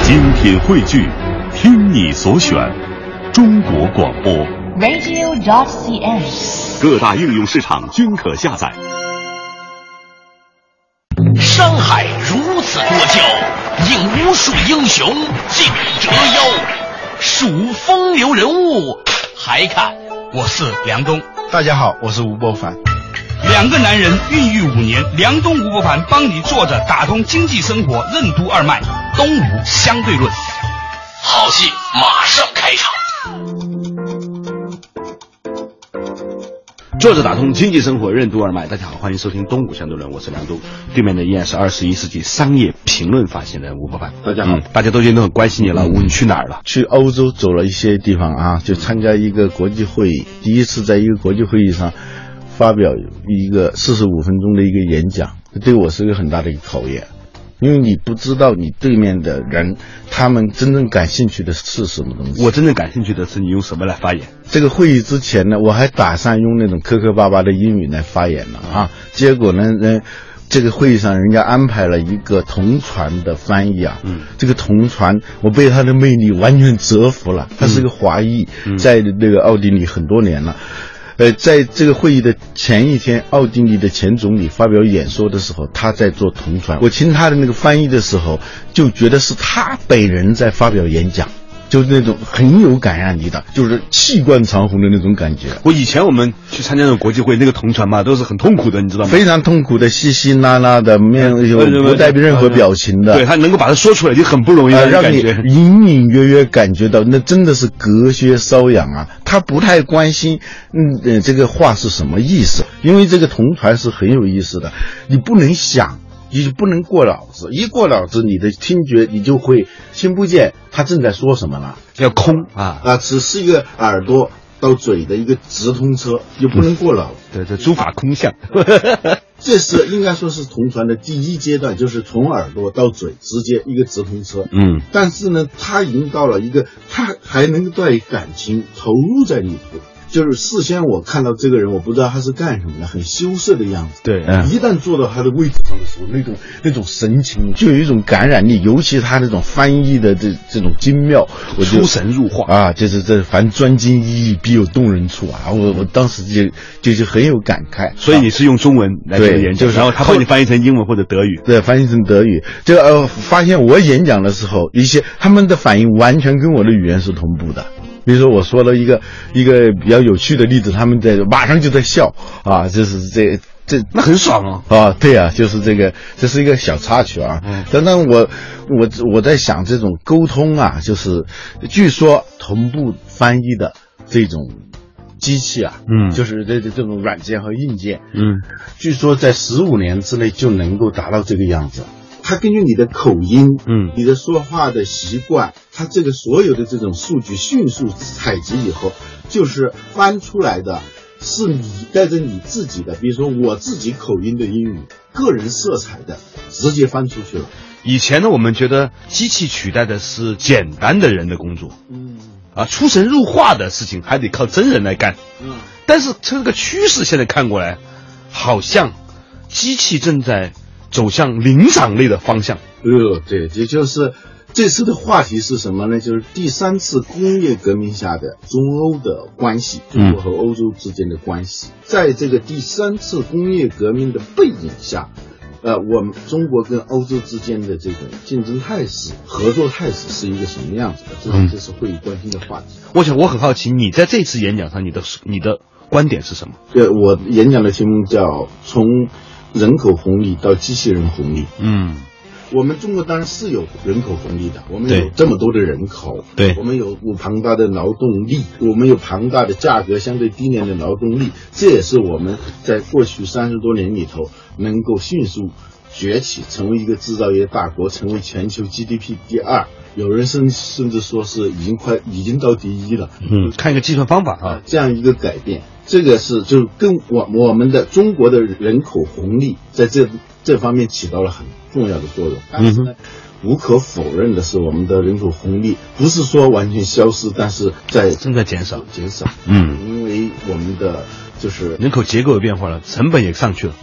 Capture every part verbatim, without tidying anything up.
精品汇聚，听你所选，中国广播 radio dot c n， 各大应用市场均可下载。 山海如此多娇，引无数英雄竞折腰。数风流人物，还看我是梁冬。 大家好，我是吴伯凡。 两个男人孕育五年，梁冬吴伯凡帮你坐着打通经济生活任督二脉，东吴相对论。 好戏马上开场。 坐着打通经济生活任督二脉，大家好，欢迎收听东吴相对论，我是梁冬，对面的依然是二十一世纪商业评论发现人吴伯凡。 大家好、 嗯，大家都觉得都很关心你了，吴、嗯、你去哪儿了？ 去欧洲走了一些地方啊，就参加一个国际会议，第一次在一个国际会议上发表一个四十五分钟的一个演讲，对我是一个很大的一个考验，因为你不知道你对面的人他们真正感兴趣的是什么东西。 我真正感兴趣的是你用什么来发言。 这个会议之前呢，我还打算用那种磕磕巴巴的英语来发言了啊，结果呢，呃，这个会议上人家安排了一个同传的翻译啊，嗯，这个同传我被他的魅力完全折服了，他是个华裔，嗯、在那个奥地利很多年了。呃，在这个会议的前一天，奥地利的前总理发表演说的时候，他在做同传。我听他的那个翻译的时候，就觉得是他本人在发表演讲，就是那种很有感染力的，就是气贯长虹的那种感觉。 我以前我们去参加那种国际会，那个同传嘛，都是很痛苦的，你知道吗？ 非常痛苦的，稀稀拉拉的，面有不带任何表情的。 对，他能够把它说出来就很不容易的、呃、 让你隐隐约约感觉到，那真的是隔靴搔痒啊。他不太关心，嗯，呃，这个话是什么意思？因为这个同传是很有意思的，你不能想。你就不能过脑子，一过脑子，你的听觉你就会听不见他正在说什么了， 要空啊啊，只是一个耳朵到嘴的一个直通车，就不能过脑子。 对，这诸法空相。 这是应该说是同传的第一阶段，就是从耳朵到嘴直接一个直通车。嗯，但是呢，他已经到了一个，他还能带感情投入在里头。就是事先我看到这个人，我不知道他是干什么的，很羞涩的样子。对，嗯、一旦坐到他的位置上的时候，那种那种神情就有一种感染力，尤其他那种翻译的这这种精妙，我就出神入化啊！就是这凡专精一义，必有动人处啊！我我当时就就就很有感慨。 所以你是用中文来做演讲，就是然后他帮你翻译成英文或者德语， 对，翻译成德语。就呃，发现我演讲的时候，一些他们的反应完全跟我的语言是同步的。比如说我说了一个一个比较有趣的例子，他们在马上就在笑啊，就是这这那很爽啊啊，对啊，就是这个这是一个小插曲啊。嗯，等等我我我在想这种沟通啊，就是据说同步翻译的这种机器啊，嗯，就是这这种软件和硬件，嗯，据说在十五年之内就能够达到这个样子。它根据你的口音，嗯，你的说话的习惯，它这个所有的这种数据迅速采集以后，就是翻出来的是你带着你自己的，比如说我自己口音的英语，个人色彩的，直接翻出去了。 以前呢，我们觉得机器取代的是简单的人的工作，嗯，啊，出神入化的事情还得靠真人来干，嗯，但是这个趋势现在看过来，好像机器正在走向灵长类的方向。 呃，对，也就是这次的话题是什么呢？就是第三次工业革命下的中欧的关系，中国和欧洲之间的关系。嗯、在这个第三次工业革命的背景下，呃，我们中国跟欧洲之间的这种竞争态势、合作态势是一个什么样子的？这是这是会议关心的话题。 嗯、我想，我很好奇，你在这次演讲上，你的你的观点是什么？ 对，我演讲的题目叫从人口红利到机器人红利。嗯，我们中国当然是有人口红利的，我们有这么多的人口，对，我们有庞大的劳动力，我们有庞大的价格相对低廉的劳动力，这也是我们在过去三十多年里头能够迅速崛起，成为一个制造业大国，成为全球 G D P 第二，有人甚甚至说是已经快已经到第一了。 嗯，看一个计算方法啊， 这样一个改变。这个是就跟我我们的中国的人口红利在这这方面起到了很重要的作用，但是呢，无可否认的是，我们的人口红利不是说完全消失，但是在正在减少减少。嗯，因为我们的就是人口结构有变化了，成本也上去了。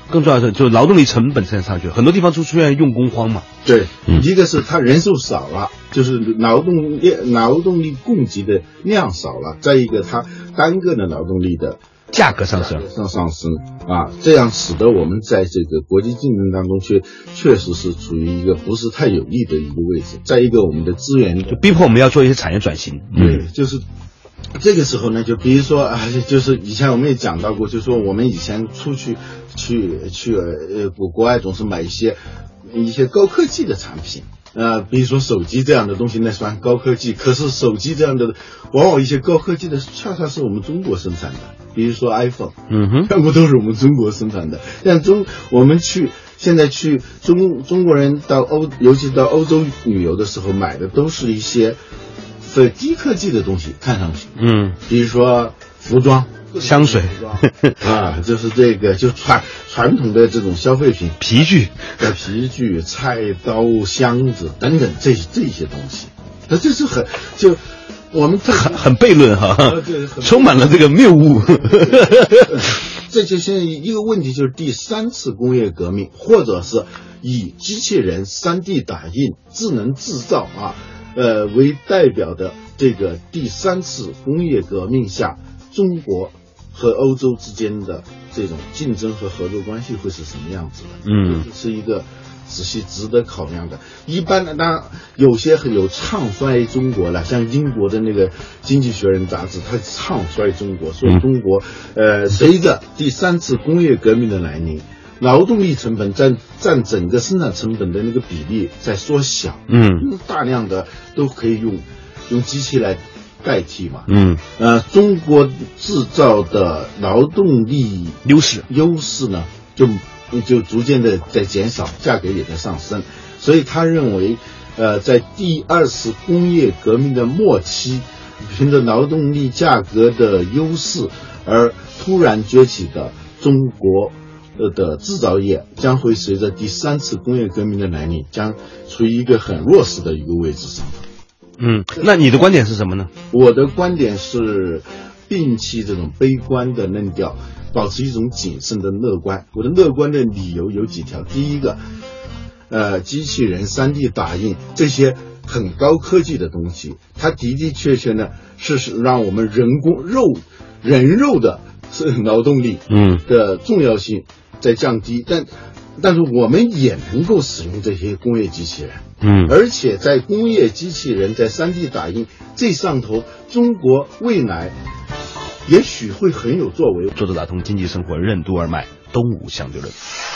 更重要的是，就是劳动力成本上上去了，很多地方就出现用工荒嘛。 对， 嗯、 一个是他人数少了，就是劳动力劳动力供给的量少了；再一个，他单个的劳动力的价格上升， 上上升啊，这样使得我们在这个国际竞争当中确确实是处于一个不是太有利的一个位置。再一个，我们的资源就逼迫我们要做一些产业转型。 对，嗯、就是。这个时候呢，就比如说啊，就是以前我们也讲到过，就是说我们以前出去去去呃国国外总是买一些一些高科技的产品，呃，比如说手机这样的东西，那算高科技。可是手机这样的，往往一些高科技的恰恰是我们中国生产的，比如说 iPhone， 嗯哼， 全部都是我们中国生产的。但中我们去现在去中中国人到欧，尤其到欧洲旅游的时候，买的都是一些很低科技的东西，看上去， 嗯， 比如说服装、 香水啊，就是这个就传传统的这种消费品， 皮具、 的皮具、菜刀、箱子等等这这些东西，那这是很就我们很很悖论哈， 啊、 充满了这个谬误。 这就现在一个问题，就是第三次工业革命，或者是以机器人、三 D 打印、智能制造啊。呃，为代表的这个第三次工业革命下，中国和欧洲之间的这种竞争和合作关系会是什么样子的？ 嗯， 这是一个仔细值得考量的。一般的，当然有些很有唱衰中国了，像英国的那个《经济学人》杂志，它唱衰中国，说中国呃，随着第三次工业革命的来临，劳动力成本占占整个生产成本的那个比例在缩小， 嗯， 大量的都可以用用机器来代替嘛， 嗯， 呃，中国制造的劳动力优势优势呢，就就逐渐的在减少，价格也在上升，所以他认为，呃，在第二次工业革命的末期，凭着劳动力价格的优势而突然崛起的中国。呃的制造业将会随着第三次工业革命的来临，将处于一个很弱势的一个位置上。 嗯，那你的观点是什么呢？ 我的观点是摒弃这种悲观的论调，保持一种谨慎的乐观。我的乐观的理由有几条：第一个，呃，机器人、三 D 打印这些很高科技的东西，它的的确确呢是是让我们人工肉人肉的劳动力嗯的重要性在降低，但但是我们也能够使用这些工业机器人， 嗯， 而且在工业机器人、在 三 D 打印这上头，中国未来也许会很有作为。 作者打通经济生活任督二脉，东吴相对论。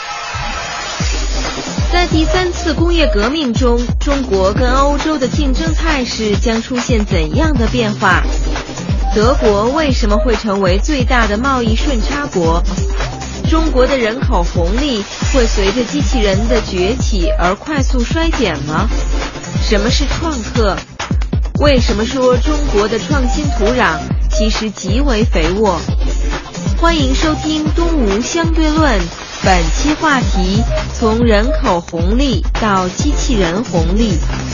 在第三次工业革命中，中国跟欧洲的竞争态势将出现怎样的变化？德国为什么会成为最大的贸易顺差国？中国的人口红利会随着机器人的崛起而快速衰减吗？什么是创客？为什么说中国的创新土壤其实极为肥沃？欢迎收听东吴相对论，本期话题：从人口红利到机器人红利。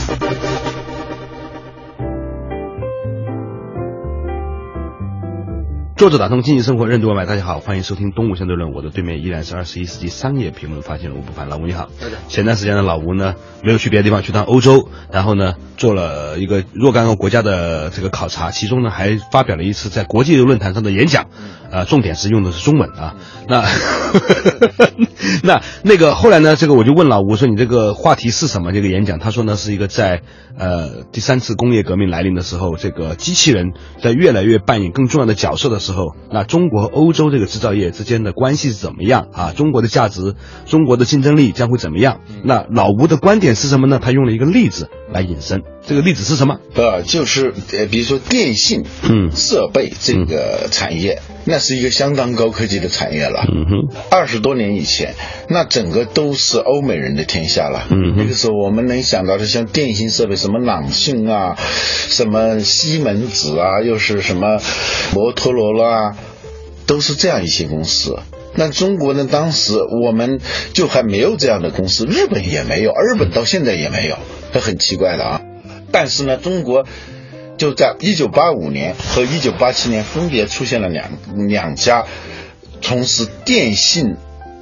作者打通经济生活任督二脉，大家好，欢迎收听东吴相对论。我的对面依然是二十一世纪商业评论发现人吴不凡，老吴你好。前段时间呢，老吴呢没有去别的地方，去趟欧洲，然后呢做了一个若干个国家的这个考察，其中呢还发表了一次在国际论坛上的演讲，呃，重点是用的是中文啊。那那那个后来呢，这个我就问老吴说，你这个话题是什么？这个演讲，他说呢是一个在呃第三次工业革命来临的时候，这个机器人在越来越扮演更重要的角色的时候，那中国和欧洲这个制造业之间的关系是怎么样啊？中国的价值，中国的竞争力将会怎么样？那老吴的观点是什么呢？他用了一个例子来引申，这个例子是什么？ 呃，就是呃，比如说电信嗯设备这个产业，嗯、那是一个相当高科技的产业了。 嗯哼， 二十多年以前，那整个都是欧美人的天下了。 嗯， 那个时候我们能想到的像电信设备，什么朗讯啊，什么西门子啊，又是什么摩托罗拉啊，都是这样一些公司。那中国呢，当时我们就还没有这样的公司，日本也没有，日本到现在也没有，这很奇怪的啊。但是呢，中国就在一九八五年和一九八七年分别出现了两两家从事电信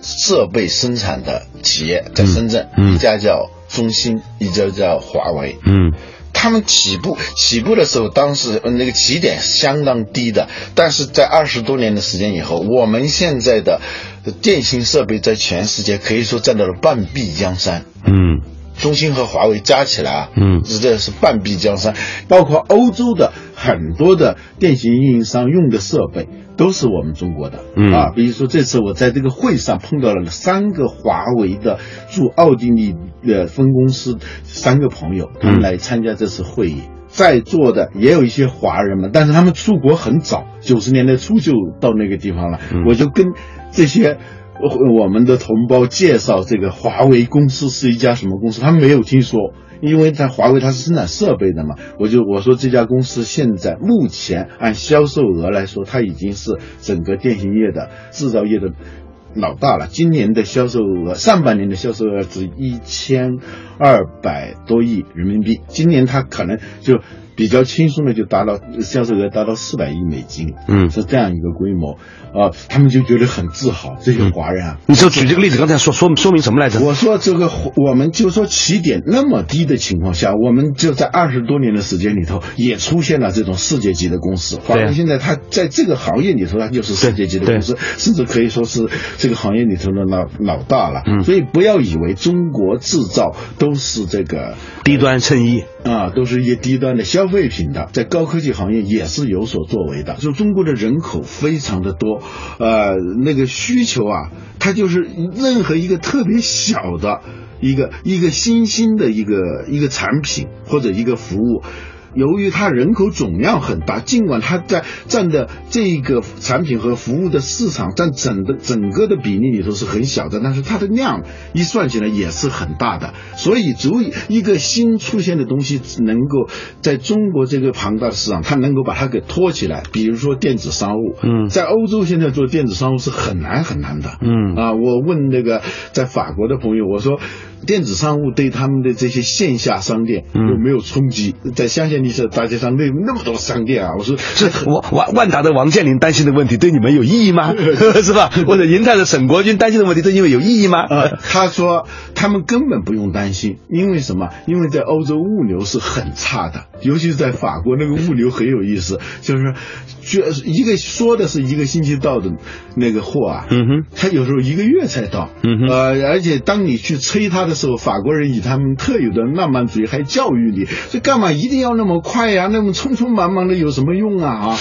设备生产的企业在深圳， 嗯、 一家叫中兴，一家叫华为。 嗯。 他们起步起步的时候，当时那个起点相当低的，但是在二十多年的时间以后，我们现在的电信设备在全世界可以说占到了半壁江山。 嗯， 中兴和华为加起来啊， 嗯， 这是半壁江山， 包括欧洲的很多的电信运营商用的设备都是我们中国的。 嗯啊，比如说这次我在这个会上碰到了三个华为的驻奥地利的分公司三个朋友，他们来参加这次会议。嗯，在座的也有一些华人们，但是他们出国很早，九十年代初就到那个地方了。嗯，我就跟这些我们的同胞介绍这个华为公司是一家什么公司，他们没有听说，因为在华为它是生产设备的嘛。我就我说这家公司现在目前按销售额来说，它已经是整个电信业的制造业的老大了。今年的销售额，上半年的销售额是一千二百多亿人民币，今年它可能就比较轻松的就达到销售额达到四百亿美金， 嗯， 是这样一个规模啊、呃，他们就觉得很自豪，这些华人啊。 嗯、你就举这个例子，刚才说说说明什么来着？ 我说这个，我们就说起点那么低的情况下，我们就在二十多年的时间里头，也出现了这种世界级的公司。华为现在它在这个行业里头，它就是世界级的公司，甚至可以说是这个行业里头的老老大了。嗯，所以不要以为中国制造都是这个低端衬衣啊，都是一些低端的消费品的，在高科技行业也是有所作为的。就中国的人口非常的多，呃，那个需求啊，它就是任何一个特别小的一个一个新兴的一个一个产品或者一个服务。由于它人口总量很大，尽管它在占的这个产品和服务的市场占整的整个的比例里头是很小的，但是它的量一算起来也是很大的，所以足以一个新出现的东西能够在中国这个庞大的市场，它能够把它给托起来。比如说电子商务，嗯，在欧洲现在做电子商务是很难很难的，嗯啊，我问那个在法国的朋友，我说电子商务对他们的这些线下商店有没有冲击？嗯、在乡下地区大街上那那么多商店啊，我说是万万万达的王健林担心的问题，对你们有意义吗？是吧？或者银泰的沈国军担心的问题，对你们有意义吗？ 呃，他说他们根本不用担心，因为什么？因为在欧洲物流是很差的，尤其是在法国那个物流很有意思，就是一个说的是一个星期到的那个货啊，嗯哼，他有时候一个月才到，嗯哼，呃，而且当你去催他的时候，法国人以他们特有的浪漫主义还教育你，这干嘛一定要那么快呀、啊？那么匆匆忙忙的有什么用啊？啊，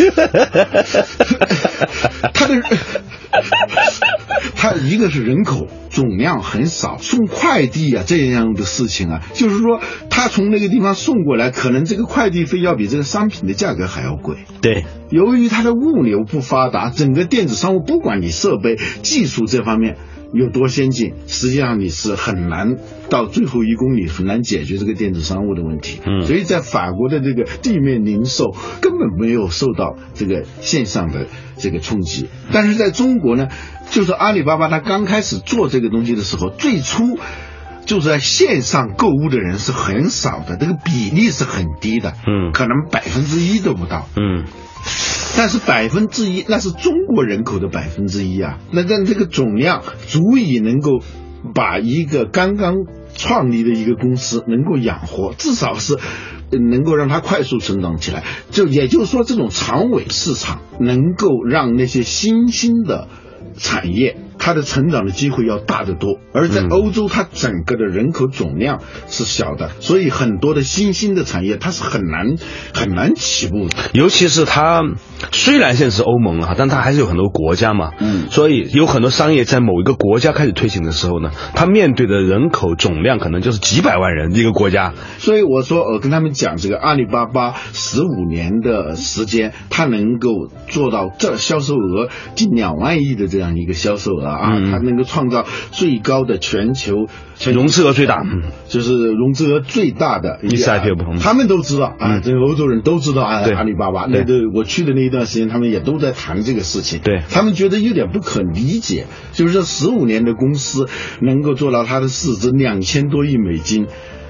他的他一个是人口总量很少，送快递啊这样的事情啊，就是说他从那个地方送过来，可能这个快递费要比这个商品的价格还要贵。 对， 由于它的物流不发达，整个电子商务不管你设备技术这方面有多先进，实际上你是很难到最后一公里很难解决这个电子商务的问题。嗯，所以在法国的这个地面零售根本没有受到这个线上的这个冲击，但是在中国呢，就是阿里巴巴它刚开始做这个东西的时候，最初就是在线上购物的人是很少的，这个比例是很低的，嗯，可能百分之一都不到，嗯。但是百分之一，那是中国人口的百分之一啊，那但这个总量足以能够把一个刚刚创立的一个公司能够养活，至少是能够让它快速成长起来。就也就是说，这种长尾市场能够让那些新兴的产业它的成长的机会要大得多，而在欧洲它整个的人口总量是小的，所以很多的新兴的产业它是很难很难起步的。 尤其是它虽然现在是欧盟了，但它还是有很多国家嘛，嗯，所以有很多商业在某一个国家开始推行的时候呢，它面对的人口总量可能就是几百万人一个国家。 所以我说我跟他们讲，这个阿里巴巴十五年的时间，它能够做到这销售额近两万亿的这样一个销售额啊，嗯、它能够创造最高的全球融资额最大，嗯， 就是融资额最大的一次 I P O 不同， 他们都知道啊， 嗯、 这个欧洲人都知道啊，阿里巴巴。那个我去的那一段时间，他们也都在谈这个事情。 对， 他们觉得有点不可理解，就是说十五年的公司能够做到它的市值两千多亿美金。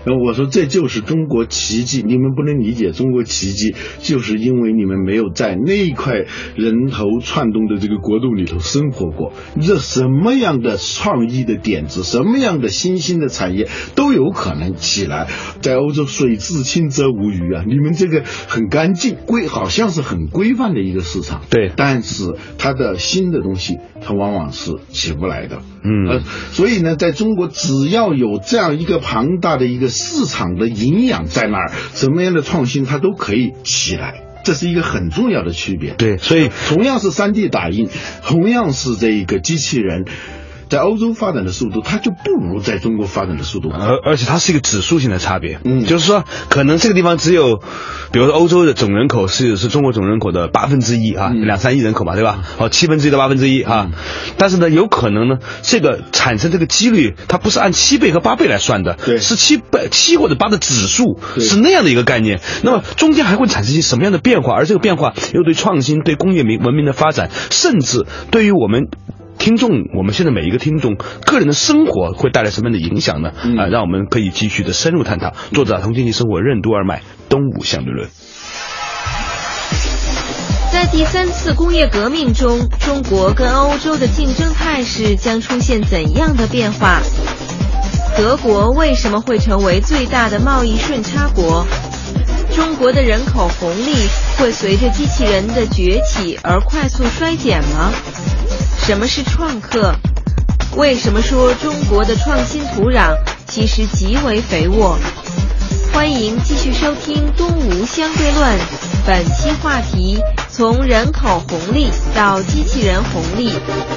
然后我说这就是中国奇迹，你们不能理解中国奇迹，就是因为你们没有在那一块人头窜动的这个国度里头生活过。这什么样的创意的点子，什么样的新兴的产业都有可能起来。在欧洲水至清则无鱼啊，你们这个很干净规，好像是很规范的一个市场， 对， 但是它的新的东西它往往是起不来的。 嗯， 呃，所以呢，在中国只要有这样一个庞大的一个市场的营养在那儿，什么样的创新它都可以起来。这是一个很重要的区别。 对，所以同样是 三 D 打印，同样是这一个机器人，在欧洲发展的速度，它就不如在中国发展的速度。 而而且它是一个指数性的差别， 嗯， 就是说可能这个地方只有，比如说欧洲的总人口是是中国总人口的八分之一啊， 嗯、 两三亿人口嘛，对吧？哦，七分之一到八分之一啊，嗯、但是呢，有可能呢，这个产生这个几率，它不是按七倍和八倍来算的， 对， 是七倍七或者八的指数，是那样的一个概念。那么中间还会产生一些什么样的变化？而这个变化又对创新、对工业文明的发展，甚至对于我们听众，我们现在每一个听众个人的生活会带来什么样的影响呢？啊、 嗯呃， 让我们可以继续的深入探讨。作者打通经济生活任督二脉，东吴相对论。 在第三次工业革命中，中国跟欧洲的竞争态势将出现怎样的变化？德国为什么会成为最大的贸易顺差国？中国的人口红利会随着机器人的崛起而快速衰减吗？什么是创客？为什么说中国的创新土壤其实极为肥沃？欢迎继续收听《东吴相对论》，本期话题：从人口红利到机器人红利。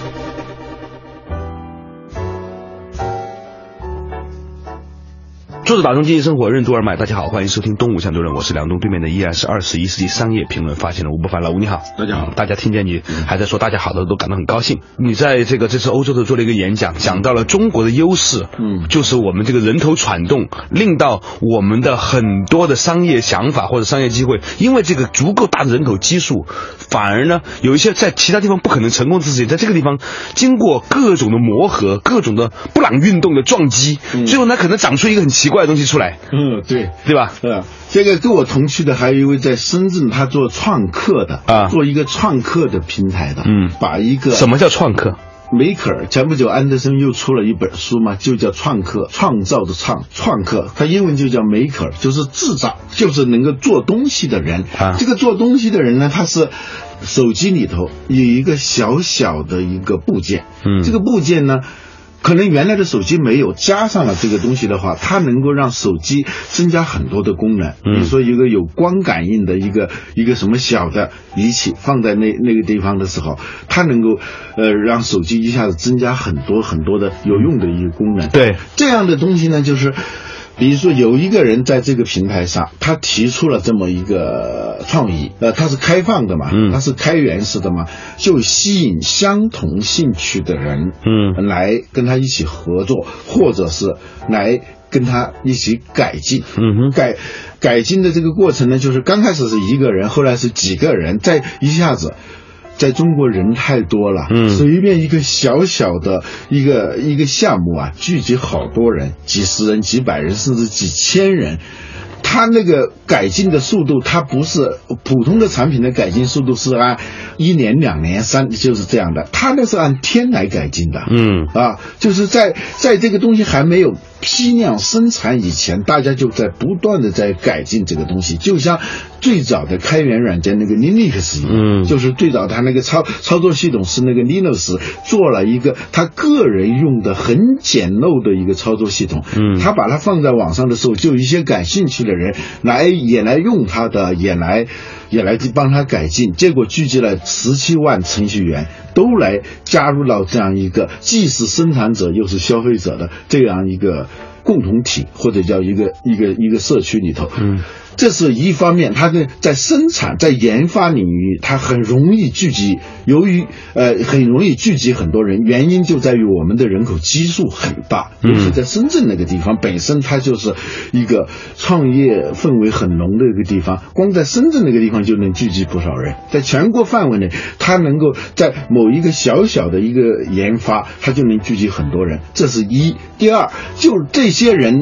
作者打通经济生活任督二脉，大家好，欢迎收听东吴相对论，我是梁东，对面的依然是二十一世纪商业评论发现人吴伯凡。老吴你好。 大家好。 嗯、大家听见你还在说大家好的都感到很高兴。你在这个这次欧洲的做了一个演讲，讲到了中国的优势，嗯，就是我们这个人头攒动，令到我们的很多的商业想法或者商业机会，因为这个足够大的人口基数，反而呢有一些在其他地方不可能成功的事情，在这个地方经过各种的磨合，各种的布朗运动的撞击，嗯、最后呢可能长出一个很奇怪的东西出来。 嗯，对， 对吧？ 呃，这个跟我同区的还有一位在深圳，他做创客的啊，做一个创客的平台的，嗯，把一个什么叫创客？ 梅克尔前不久安德森又出了一本书嘛，就叫创客，创造的创，创客，他英文就叫梅克尔，就是制造，就是能够做东西的人啊。这个做东西的人呢，他是手机里头有一个小小的一个部件，嗯，这个部件呢，可能原来的手机没有，加上了这个东西的话，它能够让手机增加很多的功能。比如说一个有光感应的一个一个什么小的仪器放在那那个地方的时候，它能够呃让手机一下子增加很多很多的有用的一个功能。 对， 这样的东西呢，就是比如说有一个人在这个平台上，他提出了这么一个创意，呃，它是开放的嘛，嗯，它是开源式的嘛，就吸引相同兴趣的人，嗯，来跟他一起合作，或者是来跟他一起改进，嗯哼，改改进的这个过程呢，就是刚开始是一个人，后来是几个人，再一下子。在中国人太多了，嗯，随便一个小小的一个一个项目啊，聚集好多人，几十人、几百人，甚至几千人。它那个改进的速度，它不是普通的产品的改进速度是按一年、两年、三就是这样的，它那是按天来改进的，嗯啊，就是在在这个东西还没有批量生产以前，大家就在不断的在改进这个东西，就像最早的开源软件那个 Linux 一样，嗯，就是最早它那个操操作系统是那个 Linux 做了一个他个人用的很简陋的一个操作系统，嗯，他把它放在网上的时候，就有一些感兴趣的人来也来用它的，也来也来帮他改进，结果聚集了十七万程序员，都来加入到这样一个既是生产者又是消费者的这样一个共同体，或者叫一个一个一个社区里头，嗯。这是一方面，它的在生产、在研发领域，它很容易聚集。由于呃很容易聚集很多人，原因就在于我们的人口基数很大，尤其在深圳那个地方，本身它就是一个创业氛围很浓的一个地方。光在深圳那个地方就能聚集不少人，在全国范围内，它能够在某一个小小的一个研发，它就能聚集很多人。这是一。第二，就这些人。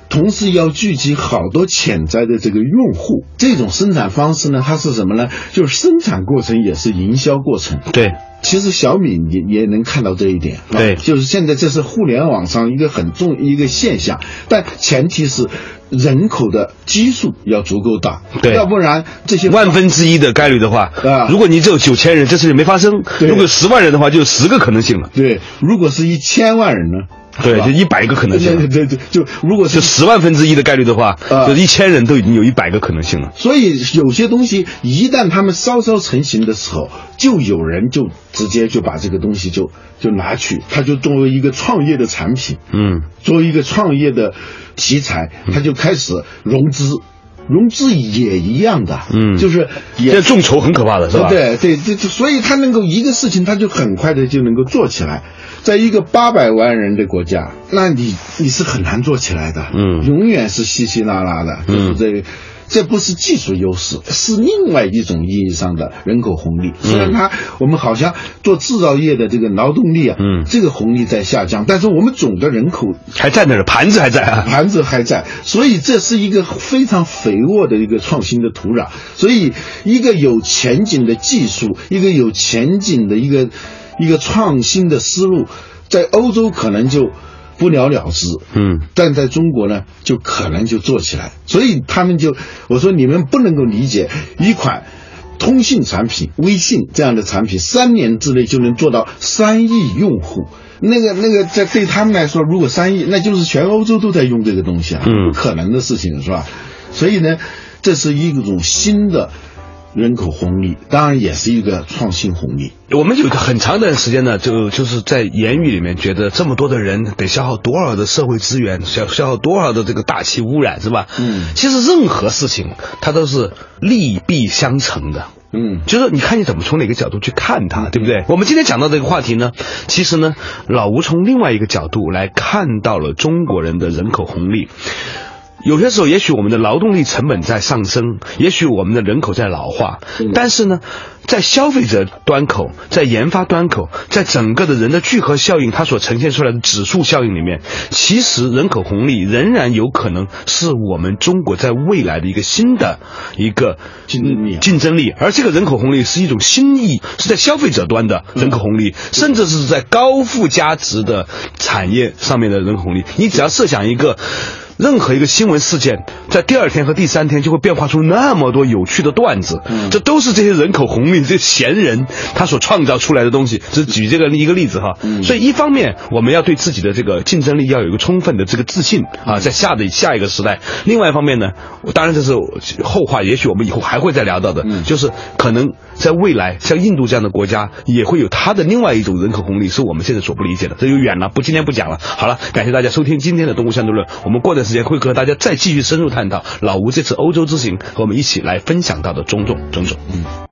同时要聚集好多潜在的这个用户。这种生产方式呢，它是什么呢？就是生产过程也是营销过程。 对。 其实小米也也能看到这一点， 对， 就是现在这是互联网上一个很重一个现象，但前提是人口的基数要足够大， 对， 要不然这些万分之一的概率的话，啊，如果你只有九千人，这事情没发生；如果十万人的话，就有十个可能性了。 对，如果是一千万人呢？ 对，就一百个可能性。 对对对，就如果是就十万分之一的概率的话，呃、就一千人都已经有一百个可能性了。 所以有些东西一旦他们稍稍成型的时候，就有人就直接就把这个东西就就拿去，他就作为一个创业的产品， 嗯， 作为一个创业的题材，他就开始融资。融资也一样的， 嗯， 就是也这众筹很可怕的，是吧？ 对对对，所以他能够一个事情，他就很快的就能够做起来。在一个八百万人的国家，那你你是很难做起来的， 嗯， 永远是稀稀拉拉的，就是这个。嗯，这不是技术优势，是另外一种意义上的人口红利。虽然它我们好像做制造业的这个劳动力啊， 嗯， 这个红利在下降，但是我们总的人口还在那儿，盘子还在啊， 盘子还在，所以这是一个非常肥沃的一个创新的土壤。所以一个有前景的技术，一个有前景的一个一个创新的思路，在欧洲可能就不了了之， 嗯， 但在中国呢，就可能就做起来，所以他们就我说你们不能够理解一款通信产品，微信这样的产品，三年之内就能做到三亿用户，那个那个在对他们来说，如果三亿，那就是全欧洲都在用这个东西啊， 嗯， 不可能的事情是吧？所以呢，这是一种新的人口红利，当然也是一个创新红利。 我们有一个很长的时间呢，就就是在言语里面觉得这么多的人得消耗多少的社会资源，消消耗多少的这个大气污染，是吧？ 嗯， 其实任何事情它都是利弊相乘的。 嗯， 就是你看你怎么从哪个角度去看它，对不对？我们今天讲到这个话题呢，其实呢，老吴从另外一个角度来看到了中国人的人口红利。有些时候也许我们的劳动力成本在上升，也许我们的人口在老化，但是呢，在消费者端口，在研发端口，在整个的人的聚合效应它所呈现出来的指数效应里面，其实人口红利仍然有可能是我们中国在未来的一个新的一个竞争力竞争力，而这个人口红利是一种新意，是在消费者端的人口红利，甚至是在高附加值的产业上面的人口红利。你只要设想一个任何一个新闻事件，在第二天和第三天就会变化出那么多有趣的段子， 嗯， 这都是这些人口红利，这些闲人他所创造出来的东西。只举这个一个例子哈， 嗯， 所以一方面我们要对自己的这个竞争力要有一个充分的这个自信啊，在下的下一个时代。另外一方面呢，当然这是后话，也许我们以后还会再聊到的， 嗯， 就是可能在未来像印度这样的国家也会有它的另外一种人口红利，是我们现在所不理解的，这就远了，不今天不讲了。好了，感谢大家收听今天的动物相对论，我们过段时间会和大家再继续深入探讨老吴这次欧洲之行和我们一起来分享到的种种种种。 嗯。